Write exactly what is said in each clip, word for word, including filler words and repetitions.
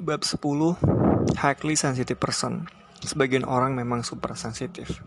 Bab sepuluh, Highly Sensitive Person. Sebagian orang memang super sensitif.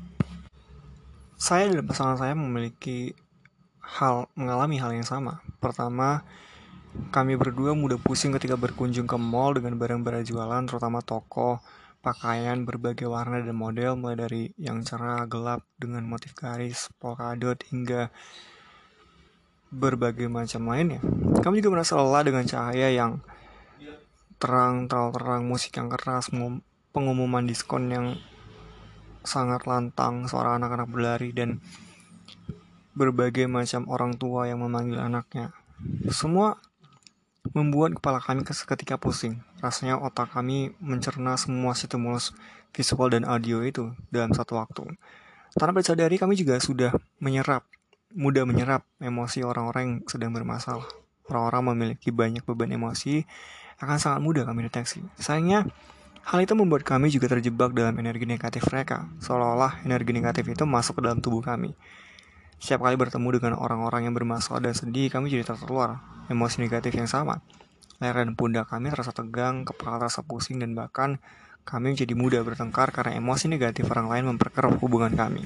Saya dan pasangan saya memiliki hal mengalami hal yang sama. Pertama, kami berdua mudah pusing ketika berkunjung ke mall dengan barang-barang jualan, terutama toko, pakaian berbagai warna dan model, mulai dari yang cerah, gelap dengan motif garis, polkadot, hingga berbagai macam lainnya. Kami juga merasa lelah dengan cahaya yang terang, terlalu terang, musik yang keras, pengumuman diskon yang sangat lantang, suara anak-anak berlari, dan berbagai macam orang tua yang memanggil anaknya. Semua membuat kepala kami seketika pusing. Rasanya otak kami mencerna semua stimulus visual dan audio itu dalam satu waktu. Tanpa disadari, kami juga sudah menyerap, mudah menyerap emosi orang-orang yang sedang bermasalah. Orang-orang memiliki banyak beban emosi, akan sangat mudah kami deteksi. Sayangnya, hal itu membuat kami juga terjebak dalam energi negatif mereka, seolah-olah energi negatif itu masuk ke dalam tubuh kami. Setiap kali bertemu dengan orang-orang yang bermasalah dan sedih, kami jadi tertular emosi negatif yang sama. Leher dan pundak kami terasa tegang, kepala terasa pusing, dan bahkan kami menjadi mudah bertengkar karena emosi negatif orang lain memperkeruh hubungan kami.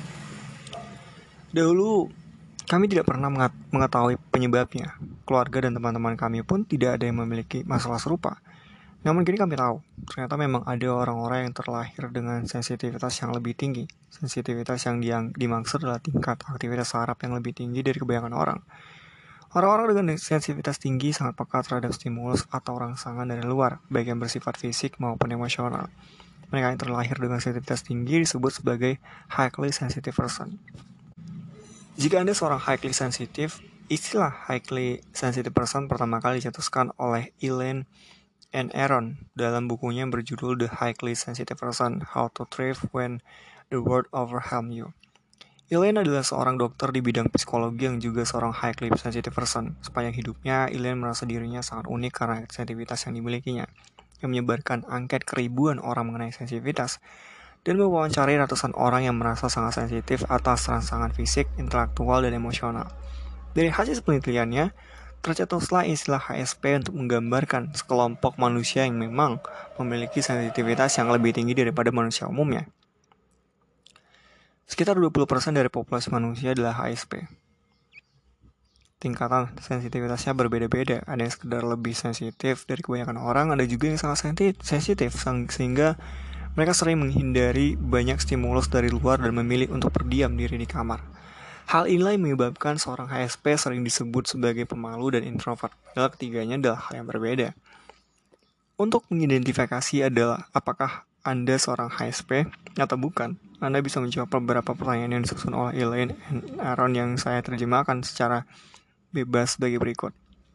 Dahulu, kami tidak pernah mengetahui penyebabnya. Keluarga dan teman-teman kami pun tidak ada yang memiliki masalah serupa. Namun kini kami tahu, ternyata memang ada orang-orang yang terlahir dengan sensitivitas yang lebih tinggi. Sensitivitas yang dimaksud adalah tingkat aktivitas saraf yang lebih tinggi dari kebanyakan orang. Orang-orang dengan sensitivitas tinggi sangat peka terhadap stimulus atau rangsangan dari luar, baik yang bersifat fisik maupun emosional. Mereka yang terlahir dengan sensitivitas tinggi disebut sebagai highly sensitive person. Jika Anda seorang highly sensitive, istilah highly sensitive person pertama kali dicetuskan oleh Elaine and Aaron dalam bukunya yang berjudul The Highly Sensitive Person, How to Thrive When the World Overwhelms You. Elaine adalah seorang dokter di bidang psikologi yang juga seorang highly sensitive person. Sepanjang hidupnya, Elaine merasa dirinya sangat unik karena sensitivitas yang dimilikinya, yang menyebarkan angket keribuan orang mengenai sensitivitas, dan mewawancarai ratusan orang yang merasa sangat sensitif atas rangsangan fisik, intelektual, dan emosional. Dari hasil penelitiannya, tercetuslah istilah H S P untuk menggambarkan sekelompok manusia yang memang memiliki sensitivitas yang lebih tinggi daripada manusia umumnya. Sekitar dua puluh persen dari populasi manusia adalah H S P. Tingkatan sensitivitasnya berbeda-beda. Ada yang sekedar lebih sensitif dari kebanyakan orang, ada juga yang sangat sensitif sehingga mereka sering menghindari banyak stimulus dari luar dan memilih untuk berdiam diri di kamar. Hal inilah yang menyebabkan seorang H S P sering disebut sebagai pemalu dan introvert. Padahal ketiganya adalah hal yang berbeda. Untuk mengidentifikasi adalah apakah Anda seorang H S P atau bukan, Anda bisa menjawab beberapa pertanyaan yang disusun oleh Elaine and Aaron yang saya terjemahkan secara bebas sebagai berikut.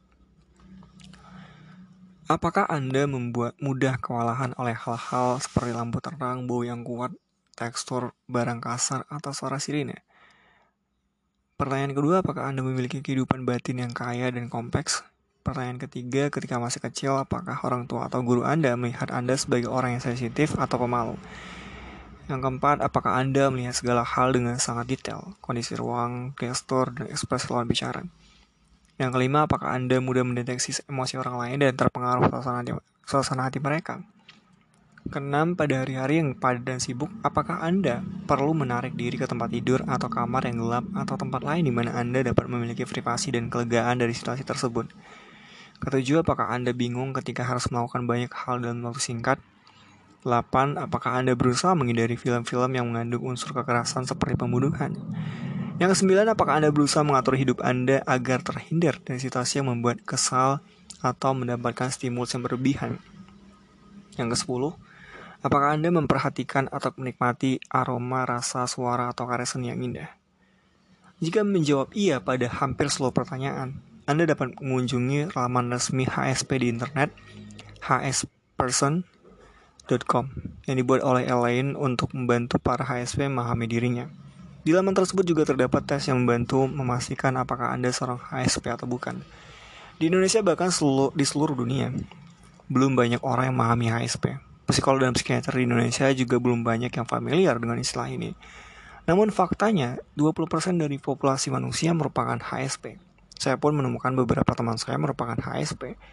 Apakah Anda membuat mudah kewalahan oleh hal-hal seperti lampu terang, bau yang kuat, tekstur barang kasar, atau suara sirine? Pertanyaan kedua, apakah Anda memiliki kehidupan batin yang kaya dan kompleks? Pertanyaan ketiga, ketika masih kecil, apakah orang tua atau guru Anda melihat Anda sebagai orang yang sensitif atau pemalu? Yang keempat, apakah Anda melihat segala hal dengan sangat detail, kondisi ruang, gestur, dan ekspresi lawan bicara? Yang kelima, apakah Anda mudah mendeteksi emosi orang lain dan terpengaruh suasana hati, suasana hati mereka? Keenam, pada hari-hari yang padat dan sibuk, apakah Anda perlu menarik diri ke tempat tidur atau kamar yang gelap atau tempat lain di mana Anda dapat memiliki privasi dan kelegaan dari situasi tersebut? Ketujuh, apakah Anda bingung ketika harus melakukan banyak hal dalam waktu singkat? Delapan, apakah Anda berusaha menghindari film-film yang mengandung unsur kekerasan seperti pembunuhan? Yang kesembilan, apakah Anda berusaha mengatur hidup Anda agar terhindar dari situasi yang membuat kesal atau mendapatkan stimulus yang berlebihan? Yang kesepuluh, apakah Anda memperhatikan atau menikmati aroma, rasa, suara, atau karya seni yang indah? Jika menjawab iya pada hampir seluruh pertanyaan, Anda dapat mengunjungi laman resmi H S P di internet h s person dot com yang dibuat oleh Elaine untuk membantu para H S P memahami dirinya. Di laman tersebut juga terdapat tes yang membantu memastikan apakah Anda seorang H S P atau bukan. Di Indonesia bahkan seluruh, di seluruh dunia, belum banyak orang yang memahami H S P. Psikolog dan psikiater di Indonesia juga belum banyak yang familiar dengan istilah ini. Namun faktanya, dua puluh persen dari populasi manusia merupakan H S P. Saya pun menemukan beberapa teman saya merupakan H S P.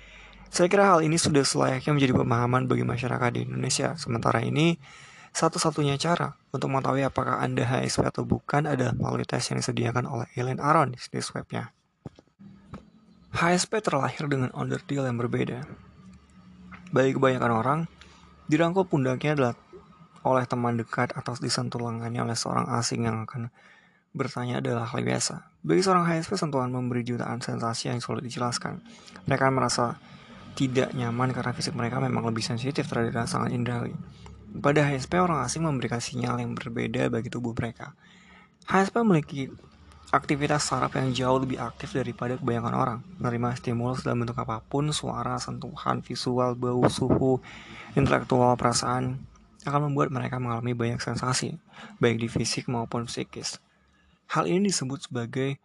Saya kira hal ini sudah selayaknya menjadi pemahaman bagi masyarakat di Indonesia. Sementara ini, satu-satunya cara untuk mengetahui apakah Anda H S P atau bukan adalah melalui tes yang disediakan oleh Elaine Aron di situs webnya. H S P terlahir dengan onderdil yang berbeda. Bagi kebanyakan orang, dirangkul pundaknya adalah oleh teman dekat atau disentuh lengannya oleh seorang asing yang akan bertanya adalah hal biasa. Bagi seorang H S P, sentuhan memberi jutaan sensasi yang sulit dijelaskan. Mereka merasa tidak nyaman karena fisik mereka memang lebih sensitif terhadap rangsangan indrawi. Pada H S P, orang asing memberikan sinyal yang berbeda bagi tubuh mereka. H S P memiliki aktivitas saraf yang jauh lebih aktif daripada kebanyakan orang. Menerima stimulus dalam bentuk apapun, suara, sentuhan, visual, bau, suhu, intelektual, perasaan, akan membuat mereka mengalami banyak sensasi, baik di fisik maupun psikis. Hal ini disebut sebagai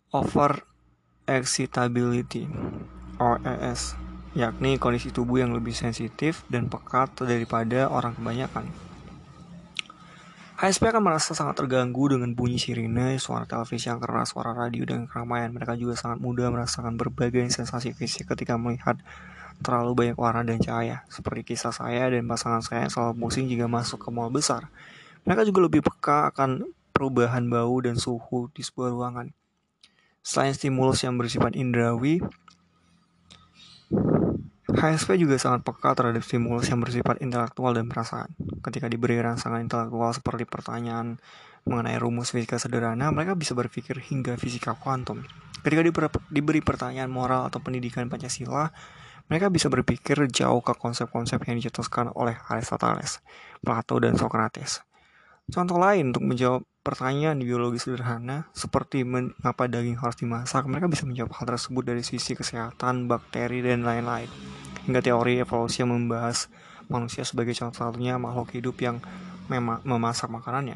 over-excitability, O E S, yakni kondisi tubuh yang lebih sensitif dan peka daripada orang kebanyakan. H S P akan merasa sangat terganggu dengan bunyi sirine, suara televisi yang keras, suara radio, dan keramaian. Mereka juga sangat mudah merasakan berbagai sensasi fisik ketika melihat terlalu banyak warna dan cahaya. Seperti kisah saya dan pasangan saya yang selalu pusing jika masuk ke mall besar. Mereka juga lebih peka akan perubahan bau dan suhu di sebuah ruangan. Selain stimulus yang bersifat indrawi, H S P juga sangat peka terhadap stimulus yang bersifat intelektual dan perasaan. Ketika diberi rangsangan intelektual seperti pertanyaan mengenai rumus fisika sederhana, mereka bisa berpikir hingga fisika kuantum. Ketika diberi pertanyaan moral atau pendidikan Pancasila, mereka bisa berpikir jauh ke konsep-konsep yang dicetuskan oleh Aristoteles, Plato, dan Socrates. Contoh lain untuk menjawab pertanyaan biologi sederhana seperti mengapa daging harus dimasak, mereka bisa menjawab hal tersebut dari sisi kesehatan, bakteri, dan lain-lain. Hingga teori evolusi yang membahas manusia sebagai satu-satunya makhluk hidup yang mem- memasak makanannya.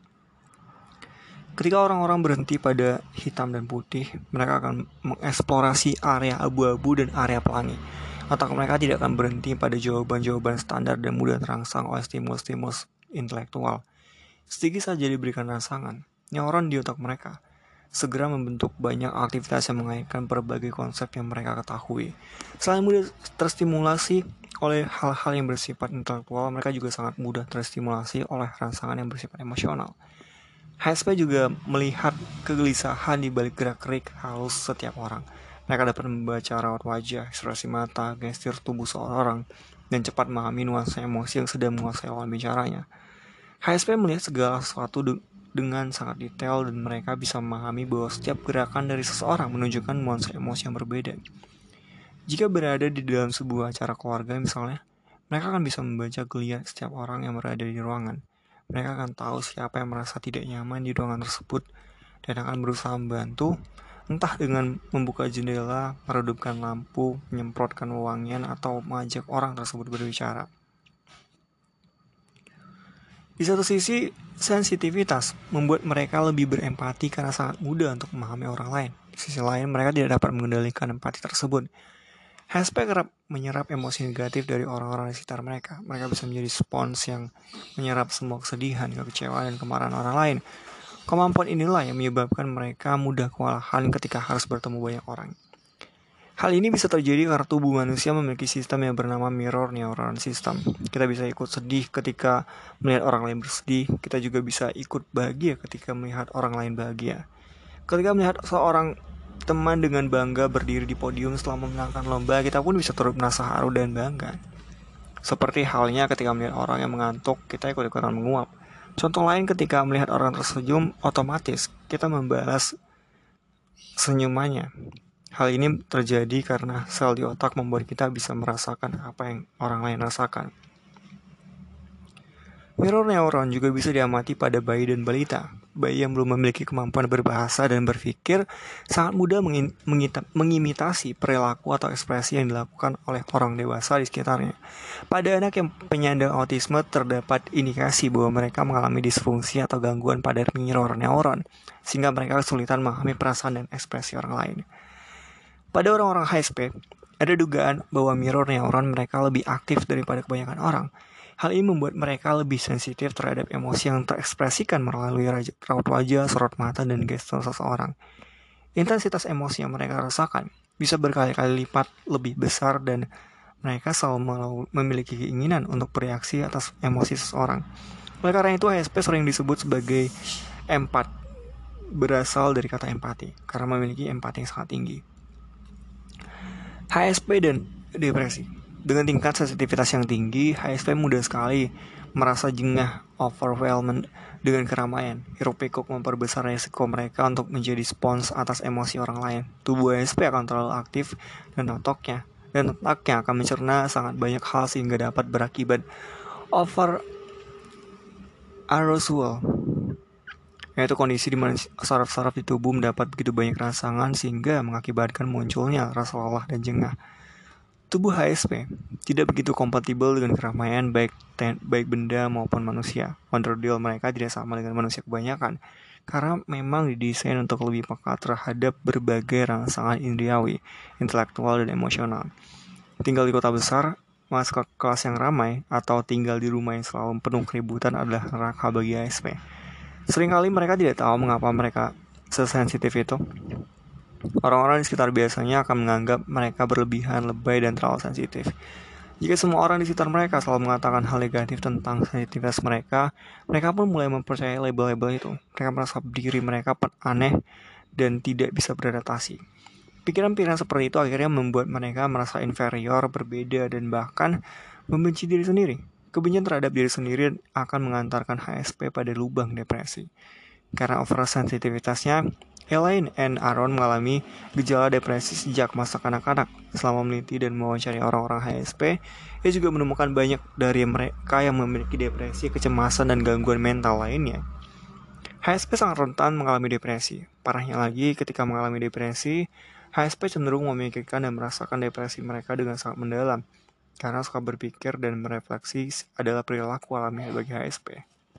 Ketika orang-orang berhenti pada hitam dan putih, mereka akan mengeksplorasi area abu-abu dan area pelangi. Otak mereka tidak akan berhenti pada jawaban-jawaban standar dan mudah terangsang oleh stimulus-stimulus intelektual. Sedikit saja diberikan rangsangan, neuron di otak mereka segera membentuk banyak aktivitas yang mengaitkan berbagai konsep yang mereka ketahui. Selain mudah terstimulasi oleh hal-hal yang bersifat intelektual, mereka juga sangat mudah terstimulasi oleh rangsangan yang bersifat emosional. H S P juga melihat kegelisahan di balik gerak-gerik halus setiap orang. Mereka dapat membaca raut wajah, ekspresi mata, gestur tubuh seorang, dan cepat memahami nuansa emosi yang sedang menguasai lawan bicaranya. H S P melihat segala sesuatu de- dengan sangat detail dan mereka bisa memahami bahwa setiap gerakan dari seseorang menunjukkan nuansa emosi yang berbeda. Jika berada di dalam sebuah acara keluarga misalnya, mereka akan bisa membaca geliat setiap orang yang berada di ruangan. Mereka akan tahu siapa yang merasa tidak nyaman di ruangan tersebut dan akan berusaha membantu, entah dengan membuka jendela, meredupkan lampu, menyemprotkan wewangian, atau mengajak orang tersebut berbicara. Di satu sisi, sensitivitas membuat mereka lebih berempati karena sangat mudah untuk memahami orang lain. Di sisi lain, mereka tidak dapat mengendalikan empati tersebut. H S P kerap menyerap emosi negatif dari orang-orang di sekitar mereka. Mereka bisa menjadi spons yang menyerap semua kesedihan, kekecewaan, dan kemarahan orang lain. Kemampuan inilah yang menyebabkan mereka mudah kewalahan ketika harus bertemu banyak orang. Hal ini bisa terjadi karena tubuh manusia memiliki sistem yang bernama mirror neuron system. Kita bisa ikut sedih ketika melihat orang lain bersedih. Kita juga bisa ikut bahagia ketika melihat orang lain bahagia. Ketika melihat seorang teman dengan bangga berdiri di podium setelah memenangkan lomba, kita pun bisa turut merasa haru dan bangga. Seperti halnya ketika melihat orang yang mengantuk, kita ikut-ikutan menguap. Contoh lain, ketika melihat orang tersenyum, otomatis kita membalas senyumannya. Hal ini terjadi karena sel di otak membuat kita bisa merasakan apa yang orang lain rasakan. Mirror neuron juga bisa diamati pada bayi dan balita. Bayi yang belum memiliki kemampuan berbahasa dan berpikir sangat mudah mengin- mengita- mengimitasi perilaku atau ekspresi yang dilakukan oleh orang dewasa di sekitarnya. Pada anak yang penyandang autisme, terdapat indikasi bahwa mereka mengalami disfungsi atau gangguan pada mirror neuron, sehingga mereka kesulitan memahami perasaan dan ekspresi orang lain. Pada orang-orang H S P, ada dugaan bahwa mirror neuron mereka lebih aktif daripada kebanyakan orang. Hal ini membuat mereka lebih sensitif terhadap emosi yang terekspresikan melalui raut wajah, sorot mata, dan gestur seseorang. Intensitas emosi yang mereka rasakan bisa berkali-kali lipat lebih besar dan mereka selalu memiliki keinginan untuk bereaksi atas emosi seseorang. Oleh karena itu, H S P sering disebut sebagai empat, berasal dari kata empati, karena memiliki empati yang sangat tinggi. H S P dan depresi. Dengan tingkat sensitivitas yang tinggi, H S P mudah sekali merasa jengah, overwhelmed dengan keramaian. Hiruk-pikuk memperbesar resiko mereka untuk menjadi spons atas emosi orang lain. Tubuh H S P akan terlalu aktif dan otaknya dan otaknya akan mencerna sangat banyak hal sehingga dapat berakibat over arousal, yaitu kondisi di mana saraf-saraf di tubuh mendapat begitu banyak rangsangan sehingga mengakibatkan munculnya rasa lelah dan jengah. Tubuh H S P tidak begitu kompatibel dengan keramaian baik ten, baik benda maupun manusia. Onderdil mereka tidak sama dengan manusia kebanyakan karena memang didesain untuk lebih peka terhadap berbagai rangsangan indriawi, intelektual, dan emosional. Tinggal di kota besar, masuk ke kelas yang ramai, atau tinggal di rumah yang selalu penuh keributan adalah neraka bagi H S P. Seringkali mereka tidak tahu mengapa mereka sesensitif itu. Orang-orang di sekitar biasanya akan menganggap mereka berlebihan, lebay, dan terlalu sensitif. Jika semua orang di sekitar mereka selalu mengatakan hal negatif tentang sensitivitas mereka, mereka pun mulai mempercayai label-label itu. Mereka merasa diri mereka aneh dan tidak bisa beradaptasi. Pikiran-pikiran seperti itu akhirnya membuat mereka merasa inferior, berbeda, dan bahkan membenci diri sendiri. Kebencian terhadap diri sendiri akan mengantarkan H S P pada lubang depresi. Karena oversensitivitasnya, Elaine and Aaron mengalami gejala depresi sejak masa kanak-kanak. Selama meneliti dan mewawancari orang-orang H S P, ia juga menemukan banyak dari mereka yang memiliki depresi, kecemasan, dan gangguan mental lainnya. H S P sangat rentan mengalami depresi. Parahnya lagi, ketika mengalami depresi, H S P cenderung memikirkan dan merasakan depresi mereka dengan sangat mendalam, karena suka berpikir dan merefleksi adalah perilaku alamiah bagi H S P.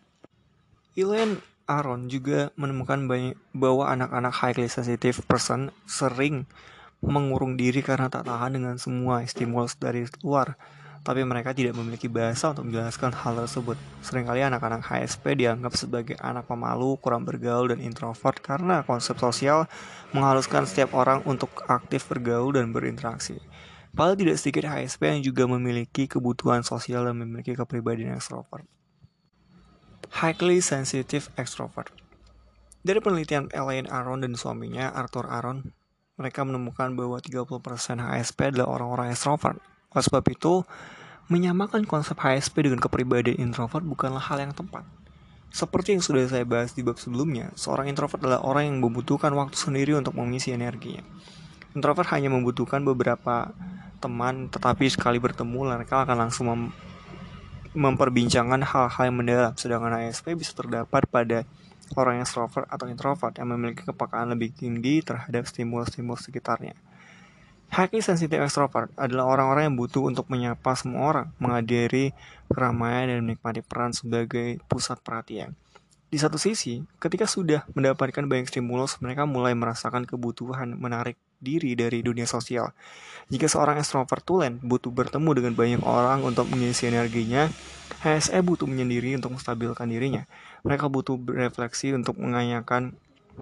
Elaine Aaron juga menemukan banyak bahwa anak-anak highly sensitive person sering mengurung diri karena tak tahan dengan semua stimulus dari luar, tapi mereka tidak memiliki bahasa untuk menjelaskan hal tersebut. Seringkali anak-anak H S P dianggap sebagai anak pemalu, kurang bergaul, dan introvert karena konsep sosial mengharuskan setiap orang untuk aktif bergaul dan berinteraksi. Padahal tidak sedikit H S P yang juga memiliki kebutuhan sosial dan memiliki kepribadian ekstrovert. Highly sensitive extrovert. Dari penelitian Elaine Aaron dan suaminya Arthur Aaron, mereka menemukan bahwa tiga puluh persen H S P adalah orang-orang extrovert. Oleh sebab itu, menyamakan konsep H S P dengan kepribadian introvert bukanlah hal yang tepat. Seperti yang sudah saya bahas di bab sebelumnya, seorang introvert adalah orang yang membutuhkan waktu sendiri untuk mengisi energinya. Introvert hanya membutuhkan beberapa teman, tetapi sekali bertemu mereka akan langsung mem- memperbincangkan hal-hal yang mendalam, sedangkan H S P bisa terdapat pada orang yang extrovert atau introvert yang memiliki kepekaan lebih tinggi terhadap stimulus-stimulus sekitarnya. Highly sensitive extrovert adalah orang-orang yang butuh untuk menyapa semua orang, menghadiri keramaian, dan menikmati peran sebagai pusat perhatian. Di satu sisi, ketika sudah mendapatkan banyak stimulus, mereka mulai merasakan kebutuhan menarik diri dari dunia sosial. Jika seorang extrovert tulen butuh bertemu dengan banyak orang untuk mengisi energinya, H S E butuh menyendiri untuk menstabilkan dirinya. Mereka butuh berefleksi untuk menganyakan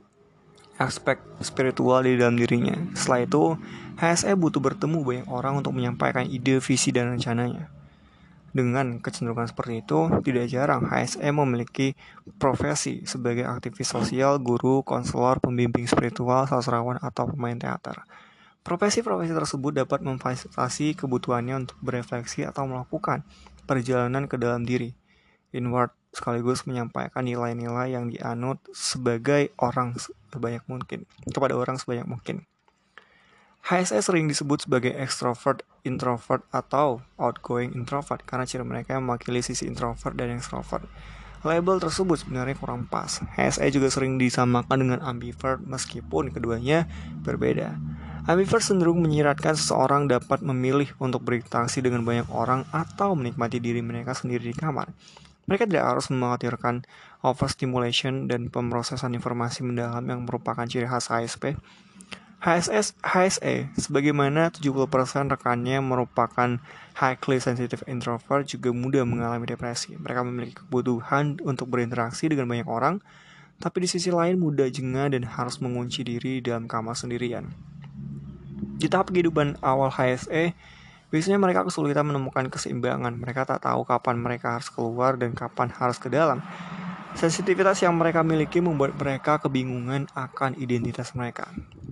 aspek spiritual di dalam dirinya. Setelah itu, H S E butuh bertemu banyak orang untuk menyampaikan ide, visi, dan rencananya. Dengan kecenderungan seperti itu, tidak jarang H S E memiliki profesi sebagai aktivis sosial, guru, konselor, pembimbing spiritual, sastrawan, atau pemain teater. Profesi-profesi tersebut dapat memfasilitasi kebutuhannya untuk berefleksi atau melakukan perjalanan ke dalam diri, inward, sekaligus menyampaikan nilai-nilai yang dianut sebagai orang sebanyak mungkin, kepada orang sebanyak mungkin. H S E sering disebut sebagai extrovert, introvert, atau outgoing introvert karena ciri mereka mewakili sisi introvert dan extrovert. Label tersebut sebenarnya kurang pas. H S E juga sering disamakan dengan ambivert meskipun keduanya berbeda. Ambivert cenderung menyiratkan seseorang dapat memilih untuk berinteraksi dengan banyak orang atau menikmati diri mereka sendiri di kamar. Mereka tidak harus mengkhawatirkan overstimulation dan pemrosesan informasi mendalam yang merupakan ciri khas H S P. H S S, H S E, sebagaimana tujuh puluh persen rekannya merupakan highly sensitive introvert juga mudah mengalami depresi. Mereka memiliki kebutuhan untuk berinteraksi dengan banyak orang, tapi di sisi lain mudah jengah dan harus mengunci diri dalam kamar sendirian. Di tahap kehidupan awal H S E, biasanya mereka kesulitan menemukan keseimbangan. Mereka tak tahu kapan mereka harus keluar dan kapan harus ke dalam. Sensitivitas yang mereka miliki membuat mereka kebingungan akan identitas mereka.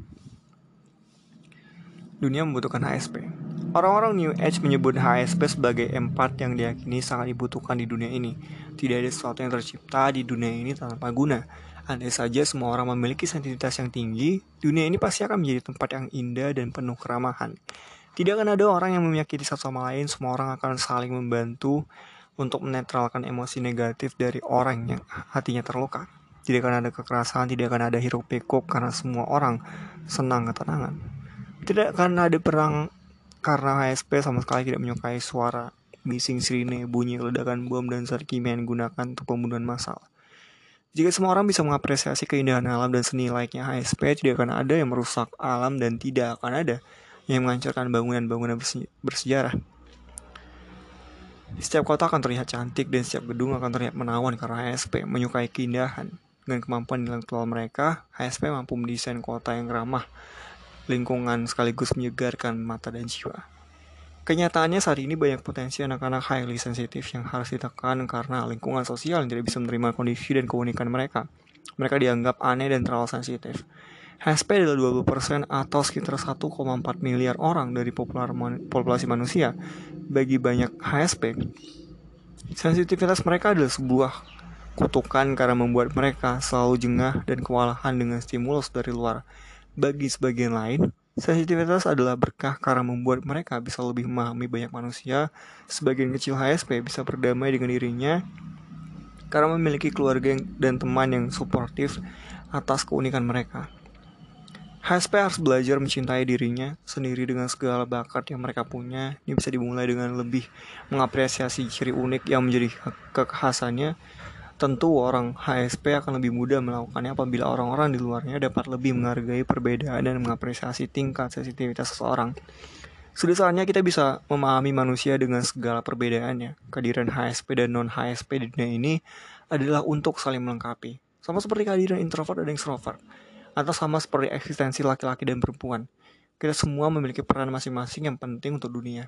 Dunia membutuhkan H S P. Orang-orang New Age menyebut H S P sebagai empat yang diyakini sangat dibutuhkan di dunia ini. Tidak ada sesuatu yang tercipta di dunia ini tanpa guna. Andai saja semua orang memiliki sensitivitas yang tinggi, dunia ini pasti akan menjadi tempat yang indah dan penuh keramahan. Tidak akan ada orang yang menyakiti satu sama lain, semua orang akan saling membantu untuk menetralkan emosi negatif dari orang yang hatinya terluka. Tidak akan ada kekerasan, tidak akan ada hiruk pikuk karena semua orang senang ketenangan. Tidak akan ada perang karena H S P sama sekali tidak menyukai suara bising sirine, bunyi ledakan bom dan zat kimia yang digunakan untuk pembunuhan massal. Jika semua orang bisa mengapresiasi keindahan alam dan seni layaknya H S P, tidak akan ada yang merusak alam dan tidak akan ada yang menghancurkan bangunan-bangunan bersejarah. Setiap kota akan terlihat cantik dan setiap gedung akan terlihat menawan karena H S P menyukai keindahan. Dengan kemampuan intelektual mereka, H S P mampu mendesain kota yang ramah lingkungan sekaligus menyegarkan mata dan jiwa. Kenyataannya saat ini banyak potensi anak-anak highly sensitif yang harus ditekan karena lingkungan sosial yang tidak bisa menerima kondisi dan keunikan mereka. Mereka dianggap aneh dan terlalu sensitif. H S P adalah dua puluh persen atau sekitar satu koma empat miliar orang dari populasi manusia. Bagi banyak H S P, sensitivitas mereka adalah sebuah kutukan karena membuat mereka selalu jengah dan kewalahan dengan stimulus dari luar. Bagi sebagian lain, sensitivitas adalah berkah karena membuat mereka bisa lebih memahami banyak manusia. Sebagian kecil H S P bisa berdamai dengan dirinya karena memiliki keluarga dan teman yang suportif atas keunikan mereka. H S P harus belajar mencintai dirinya sendiri dengan segala bakat yang mereka punya. Ini bisa dimulai dengan lebih mengapresiasi ciri unik yang menjadi kekhasannya. Tentu orang H S P akan lebih mudah melakukannya apabila orang-orang di luarnya dapat lebih menghargai perbedaan dan mengapresiasi tingkat sensitivitas seseorang. Sudah saatnya kita bisa memahami manusia dengan segala perbedaannya. Kehadiran H S P dan non-H S P di dunia ini adalah untuk saling melengkapi. Sama seperti kehadiran introvert dan extrovert. Atau sama seperti eksistensi laki-laki dan perempuan. Kita semua memiliki peran masing-masing yang penting untuk dunia.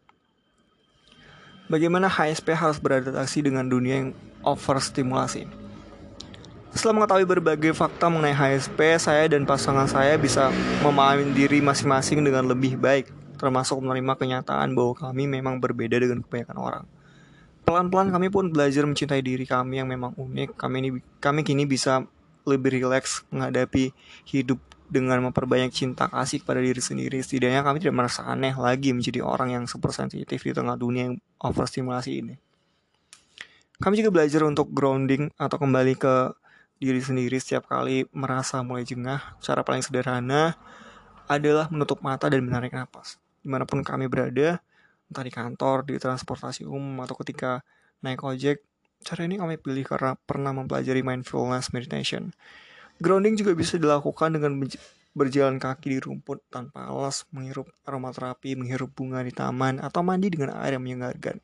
Bagaimana H S P harus beradaptasi dengan dunia yang overstimulasi? Setelah mengetahui berbagai fakta mengenai H S P, saya dan pasangan saya bisa memahami diri masing-masing dengan lebih baik, termasuk menerima kenyataan bahwa kami memang berbeda dengan kebanyakan orang. Pelan-pelan kami pun belajar mencintai diri kami yang memang unik. Kami ini, kami kini bisa lebih rileks menghadapi hidup dengan memperbanyak cinta kasih kepada diri sendiri. Setidaknya kami tidak merasa aneh lagi menjadi orang yang super sensitif di tengah dunia yang overstimulasi ini. Kami juga belajar untuk grounding atau kembali ke diri sendiri setiap kali merasa mulai jengah. Cara paling sederhana adalah menutup mata dan menarik napas. Dimanapun kami berada, entah di kantor, di transportasi umum, atau ketika naik ojek, cara ini kami pilih karena pernah mempelajari mindfulness meditation. Grounding juga bisa dilakukan dengan berjalan kaki di rumput tanpa alas, menghirup aromaterapi, menghirup bunga di taman, atau mandi dengan air yang menyegarkan.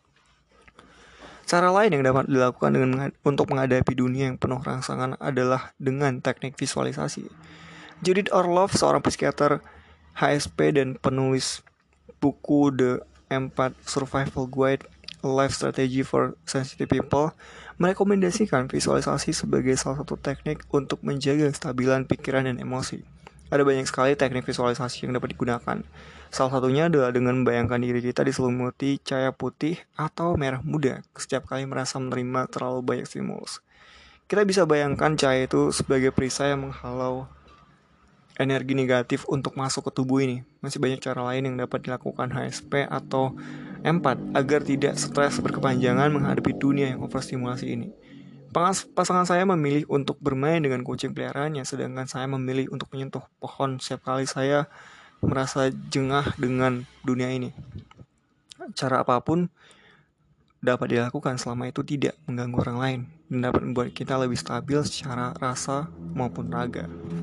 Cara lain yang dapat dilakukan dengan untuk menghadapi dunia yang penuh rangsangan adalah dengan teknik visualisasi. Judith Orloff, seorang psikiater H S P dan penulis buku The Empath Survival Guide, A Life Strategy for Sensitive People, merekomendasikan visualisasi sebagai salah satu teknik untuk menjaga kestabilan pikiran dan emosi. Ada banyak sekali teknik visualisasi yang dapat digunakan. Salah satunya adalah dengan membayangkan diri kita diselimuti cahaya putih atau merah muda setiap kali merasa menerima terlalu banyak stimulus. Kita bisa bayangkan cahaya itu sebagai perisai yang menghalau energi negatif untuk masuk ke tubuh ini. Masih banyak cara lain yang dapat dilakukan H S P atau empat agar tidak stres berkepanjangan menghadapi dunia yang overstimulasi ini. Pasangan saya memilih untuk bermain dengan kucing peliharaannya, sedangkan saya memilih untuk menyentuh pohon setiap kali saya merasa jengah dengan dunia ini. Cara apapun dapat dilakukan selama itu tidak mengganggu orang lain dan dapat membuat kita lebih stabil secara rasa maupun raga.